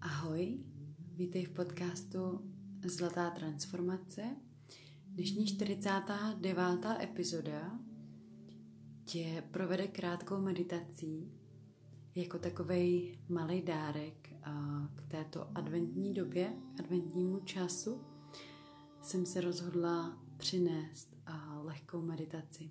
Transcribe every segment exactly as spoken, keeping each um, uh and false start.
Ahoj, vítej v podcastu Zlatá transformace. Dnešní čtyřicátá devátá epizoda tě provede krátkou meditací jako takovej malý dárek k této adventní době, adventnímu času. Jsem se rozhodla přinést lehkou meditaci.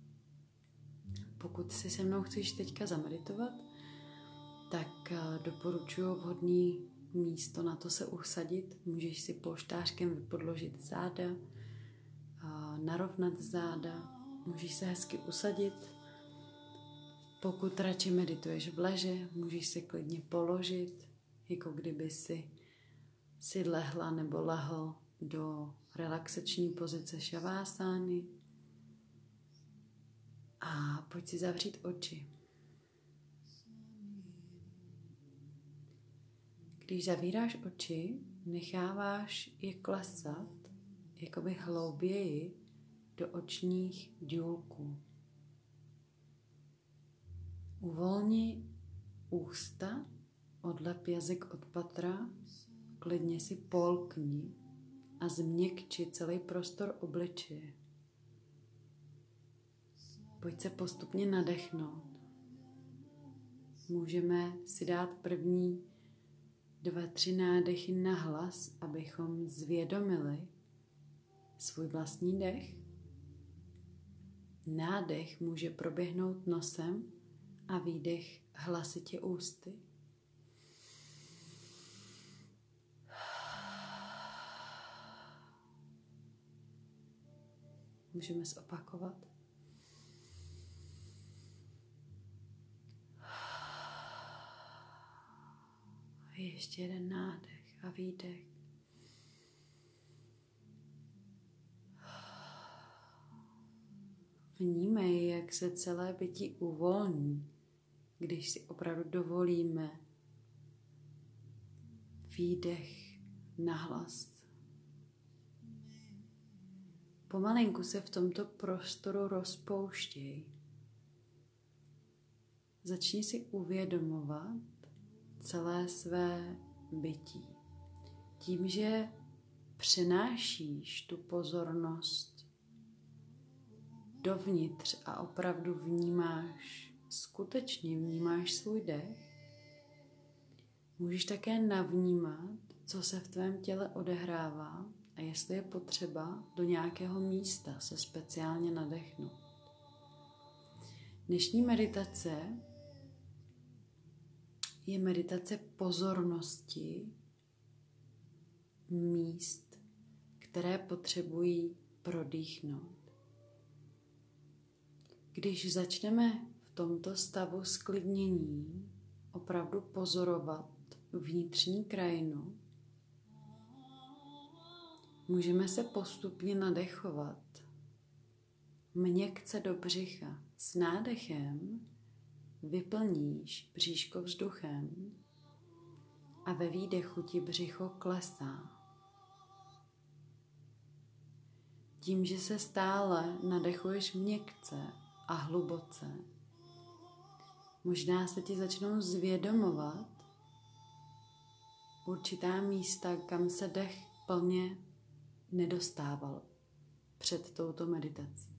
Pokud si se mnou chceš teďka zameditovat, tak doporučuji vhodný místo na to se usadit. Můžeš si polštářkem vypodložit záda, narovnat záda, můžeš se hezky usadit. Pokud radši medituješ v leže, můžeš se klidně položit, jako kdyby si, si lehla nebo lehl do relaxační pozice šavásány. A pojď si zavřít oči. Když zavíráš oči, necháváš je klesat jakoby hlouběji do očních důlků. Uvolni ústa, odlep jazyk od patra, klidně si polkni a změkči celý prostor obličeje. Pojď se postupně nadechnout. Můžeme si dát první dva, tři nádechy na hlas, abychom zvědomili svůj vlastní dech. Nádech může proběhnout nosem a výdech hlasitě ústy. Můžeme zopakovat. Ještě jeden nádech a výdech. Vnímej, jak se celé bytí uvolní, když si opravdu dovolíme výdech nahlas. Pomalinku se v tomto prostoru rozpouštěj. Začni si uvědomovat celé své bytí. Tím, že přenášíš tu pozornost dovnitř a opravdu vnímáš, skutečně vnímáš svůj dech, můžeš také navnímat, co se v tvém těle odehrává a jestli je potřeba do nějakého místa se speciálně nadechnout. Dnešní meditace je meditace pozornosti míst, které potřebují prodýchnout. Když začneme v tomto stavu zklidnění opravdu pozorovat vnitřní krajinu, můžeme se postupně nadechovat měkce do břicha. S nádechem vyplníš bříško vzduchem a ve výdechu ti břicho klesá. Tím, že se stále nadechuješ měkce a hluboce, možná se ti začnou zvědomovat určitá místa, kam se dech plně nedostával před touto meditací.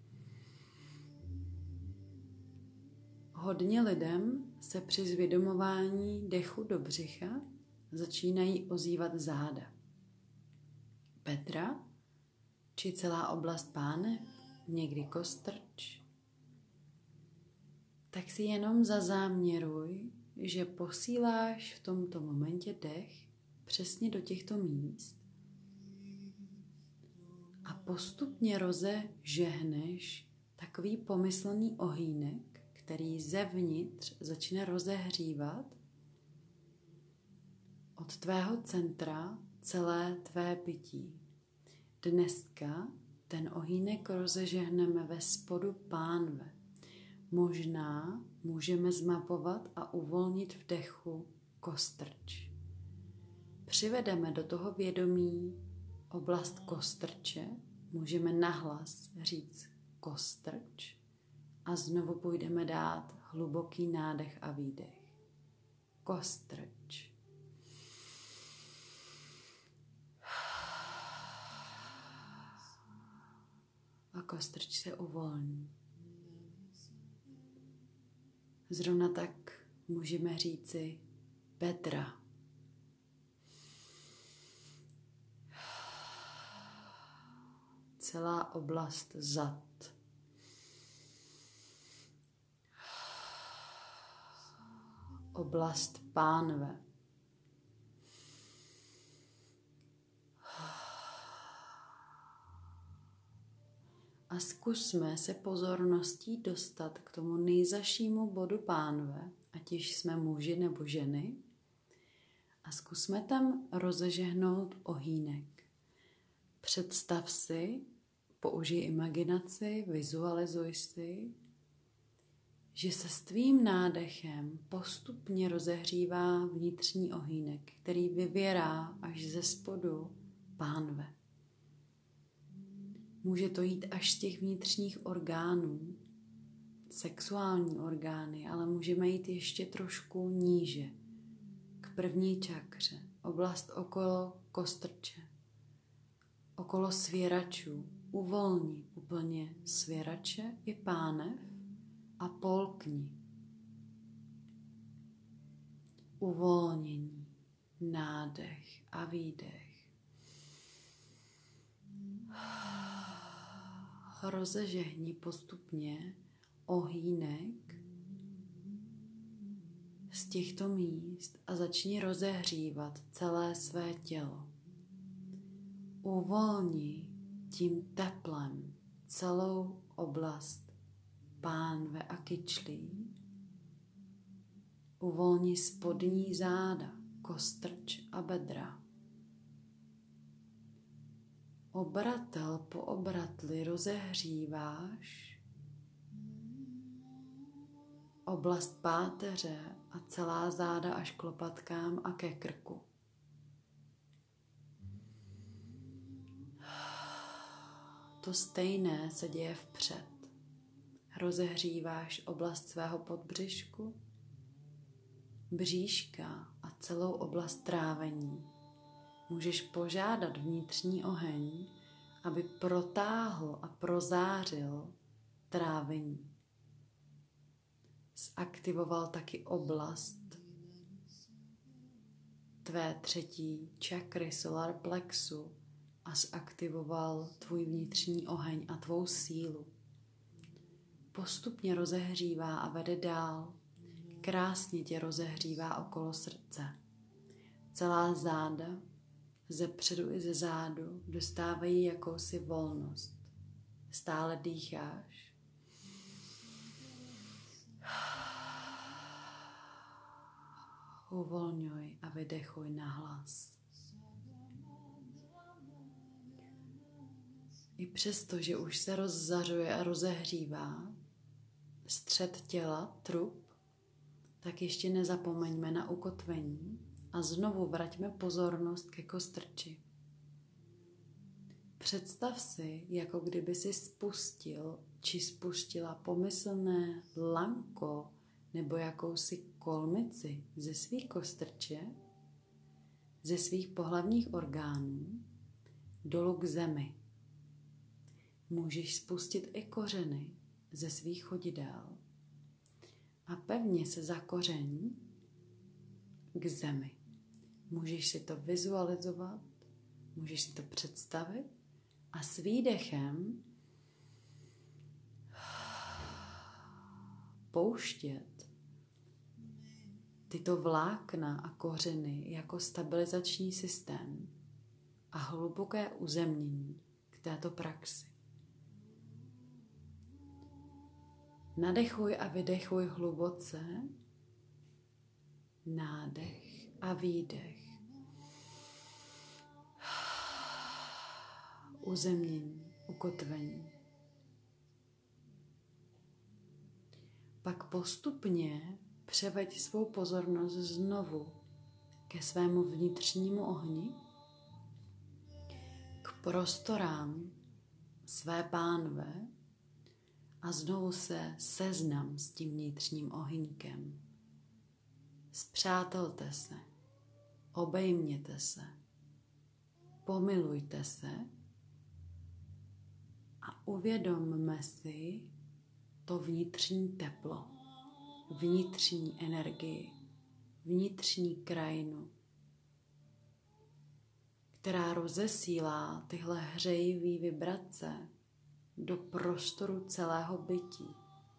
Hodně lidem se při zvědomování dechu do břicha začínají ozývat záda. Bedra či celá oblast pánev, někdy kostrč. Tak si jenom zazáměruj, že posíláš v tomto momentě dech přesně do těchto míst a postupně rozežehneš takový pomyslný ohýnek, který zevnitř začne rozehřívat od tvého centra celé tvé bytí. Dneska ten ohýnek rozežehneme ve spodu pánve. Možná můžeme zmapovat a uvolnit v dechu kostrč. Přivedeme do toho vědomí oblast kostrče, můžeme nahlas říct kostrč a znovu půjdeme dát hluboký nádech a výdech. Kostrč. kostrč se uvolní. Zrovna tak můžeme říci bedra. Celá oblast zad. Oblast pánve. A zkusme se pozorností dostat k tomu nejzašímu bodu pánve, ať již jsme muži nebo ženy. A zkusme tam rozežehnout ohýnek. Představ si, použij imaginaci, vizualizuj si, že se s tvým nádechem postupně rozehřívá vnitřní ohýnek, který vyvěrá až ze spodu pánve. Může to jít až z těch vnitřních orgánů, sexuální orgány, ale můžeme jít ještě trošku níže, k první čakře, oblast okolo kostrče, okolo svěračů. Uvolni úplně svěrače i pánev a polkni. Uvolnění, nádech a výdech. Rozežehni postupně ohýnek z těchto míst a začni rozehřívat celé své tělo. Uvolni tím teplem celou oblast pánve a kyčlí. Uvolni spodní záda, kostrč a bedra. Obratel po obratli rozehříváš oblast páteře a celá záda až k lopatkám a ke krku. To stejné se děje vpřed. Rozehříváš oblast svého podbřišku, bříška a celou oblast trávení. Můžeš požádat vnitřní oheň, aby protáhl a prozářil trávení. Zaktivoval taky oblast tvé třetí čakry solar plexu a zaktivoval tvůj vnitřní oheň a tvou sílu. Postupně rozehřívá a vede dál. Krásně tě rozehřívá okolo srdce. Celá záda ze předu i ze zádu dostávají jakousi volnost. Stále dýcháš. Uvolňuj a vydechuj nahlas. I přesto, že už se rozzařuje a rozehřívá střed těla, trup, tak ještě nezapomeňme na ukotvení a znovu vraťme pozornost ke kostrči. Představ si, jako kdyby si spustil či spustila pomyslné lanko nebo jakousi kolmici ze svých kostrče, ze svých pohlavních orgánů dolů k zemi. Můžeš spustit i kořeny ze svých chodidel a pevně se zakoření k zemi. Můžeš si to vizualizovat, můžeš si to představit a s výdechem pouštět tyto vlákna a kořeny jako stabilizační systém a hluboké uzemnění k této praxi. Nadechuj a vydechuj hluboce, nádech a výdech. Uzemnění, ukotvení. Pak postupně převeď svou pozornost znovu ke svému vnitřnímu ohni, k prostorám své pánve a znovu se seznam s tím vnitřním ohýnkem. Spřátelte se, obejměte se, pomilujte se A uvědomme si to vnitřní teplo, vnitřní energii, vnitřní krajinu, která rozesílá tyhle hřejivý vibrace do prostoru celého bytí.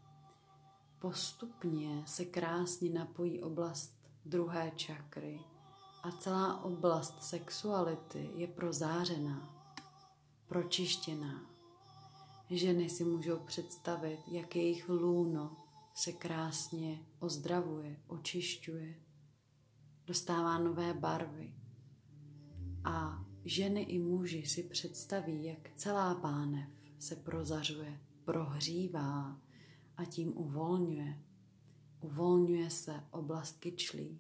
Postupně se krásně napojí oblast druhé čakry a celá oblast sexuality je prozářená, pročištěná. Ženy si můžou představit, jak jejich lůno se krásně ozdravuje, očišťuje, dostává nové barvy. A ženy i muži si představí, jak celá pánev se prozařuje, prohřívá a tím uvolňuje. Uvolňuje se oblast kyčlí.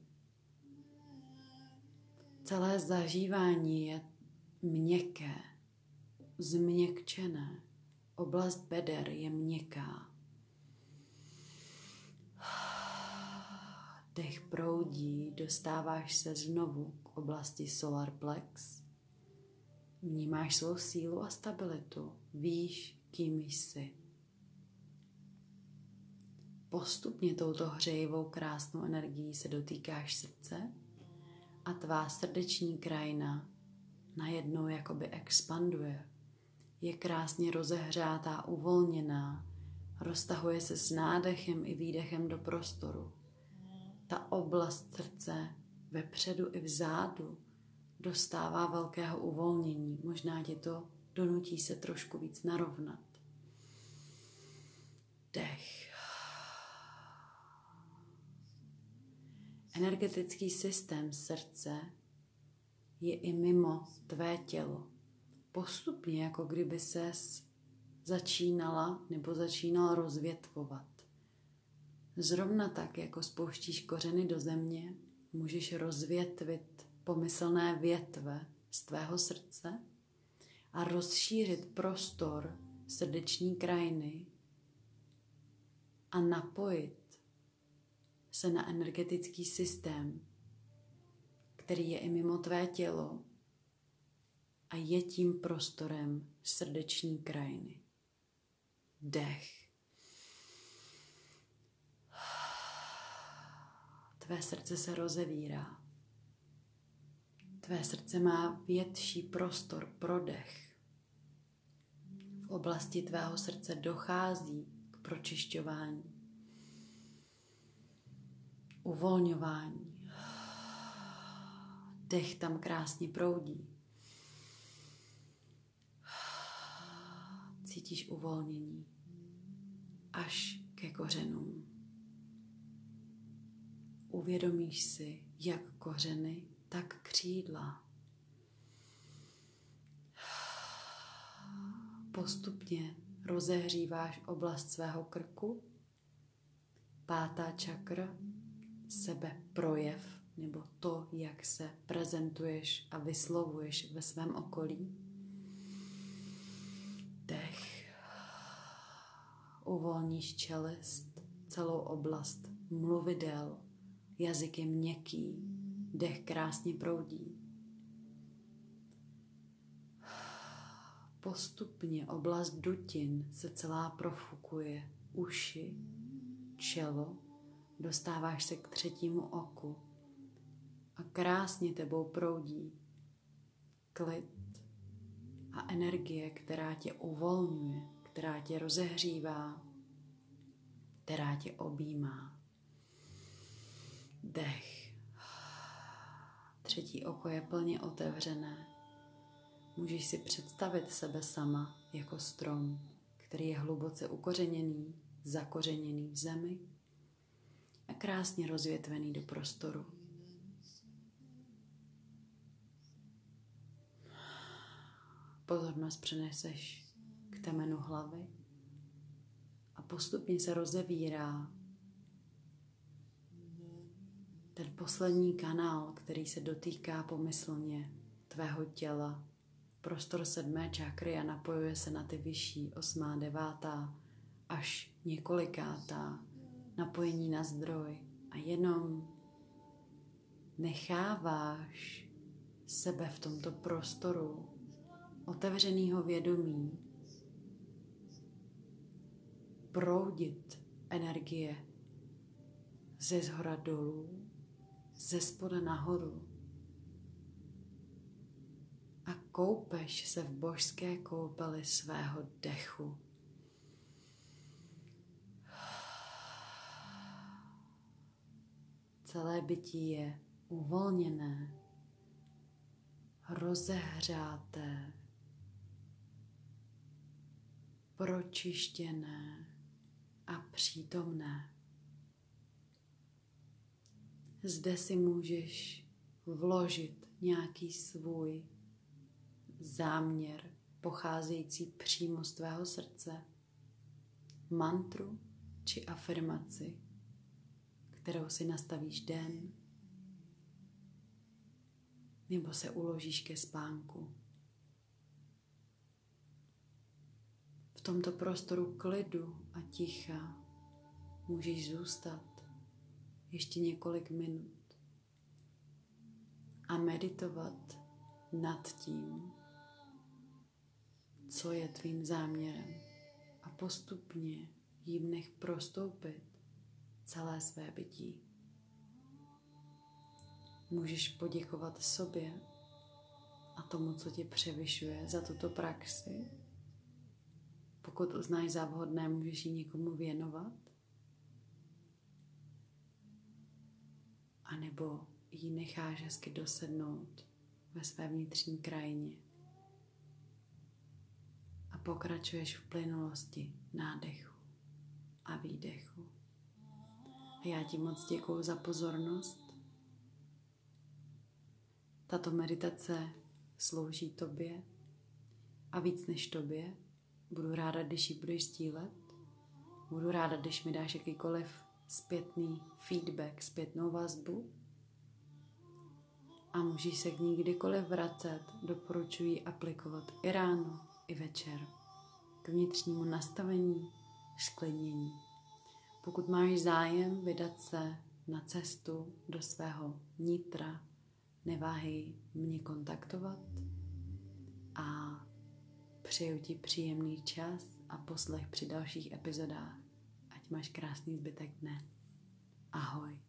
Celé zažívání je měkké, změkčené. Oblast beder je měkká. Dech proudí, dostáváš se znovu k oblasti solar plex. Vnímáš svou sílu a stabilitu. Víš, kým jsi. Postupně touto hřejivou krásnou energií se dotýkáš srdce a tvá srdeční krajina najednou jakoby expanduje. Je krásně rozehřátá, uvolněná, roztahuje se s nádechem i výdechem do prostoru. Ta oblast srdce vepředu i vzadu dostává velkého uvolnění. Možná tě to donutí se trošku víc narovnat. Dech. Energetický systém srdce je i mimo tvé tělo. Postupně, jako kdyby ses začínala nebo začínala rozvětvovat. Zrovna tak, jako spouštíš kořeny do země, můžeš rozvětvit pomyslné větve z tvého srdce a rozšířit prostor srdeční krajiny a napojit se na energetický systém, který je i mimo tvé tělo a je tím prostorem srdeční krajiny. Dech. Tvé srdce se rozevírá. Tvé srdce má větší prostor pro dech. V oblasti tvého srdce dochází k pročišťování, uvolňování. Dech tam krásně proudí. Cítíš uvolnění až ke kořenům. Uvědomíš si, jak kořeny, tak křídla. Postupně rozehříváš oblast svého krku, pátá čakra, sebeprojev, nebo to, jak se prezentuješ a vyslovuješ ve svém okolí. Dech. Uvolníš čelist, celou oblast mluvidel, jazyk je měkký, dech krásně proudí. Postupně oblast dutin se celá profukuje, uši, čelo, dostáváš se k třetímu oku a krásně tebou proudí klid a energie, která tě uvolňuje, která tě rozehřívá, která tě objímá. Dech. Třetí oko je plně otevřené. Můžeš si představit sebe sama jako strom, který je hluboce ukořeněný, zakořeněný v zemi a krásně rozvětvený do prostoru. Pozornost přeneseš k temenu hlavy a postupně se rozevírá ten poslední kanál, který se dotýká pomyslně tvého těla, prostor sedmé čakry a napojuje se na ty vyšší, osmá, devátá, až několikátá, napojení na zdroj a jenom necháváš sebe v tomto prostoru otevřenýho vědomí proudit energie ze zhora dolů, ze spoda nahoru. A koupeš se v božské koupeli svého dechu. Celé bytí je uvolněné, rozehřáté, pročištěné a přítomné. Zde si můžeš vložit nějaký svůj záměr pocházející přímo z tvého srdce, mantru či afirmaci, kterou si nastavíš den, nebo se uložíš ke spánku. V tomto prostoru klidu a ticha můžeš zůstat ještě několik minut a meditovat nad tím, co je tvým záměrem, a postupně jim nech prostoupit celé své bytí. Můžeš poděkovat sobě a tomu, co tě převyšuje, za tuto praxi. Pokud uznáš za vhodné, můžeš ji někomu věnovat. A nebo ji necháš hezky dosednout ve své vnitřní krajině. A pokračuješ v plynulosti nádechu a výdechu. A já ti moc děkuju za pozornost. Tato meditace slouží tobě a víc než tobě. Budu ráda, když ji budeš sdílet. Budu ráda, když mi dáš jakýkoliv zpětný feedback, zpětnou vazbu. A můžeš se k ní kdykoliv vracet. Doporučuji aplikovat i ráno, i večer. K vnitřnímu nastavení, sklidnění. Pokud máš zájem vydat se na cestu do svého nitra, neváhej mě kontaktovat a přeju ti příjemný čas a poslech při dalších epizodách. Ať máš krásný zbytek dne. Ahoj.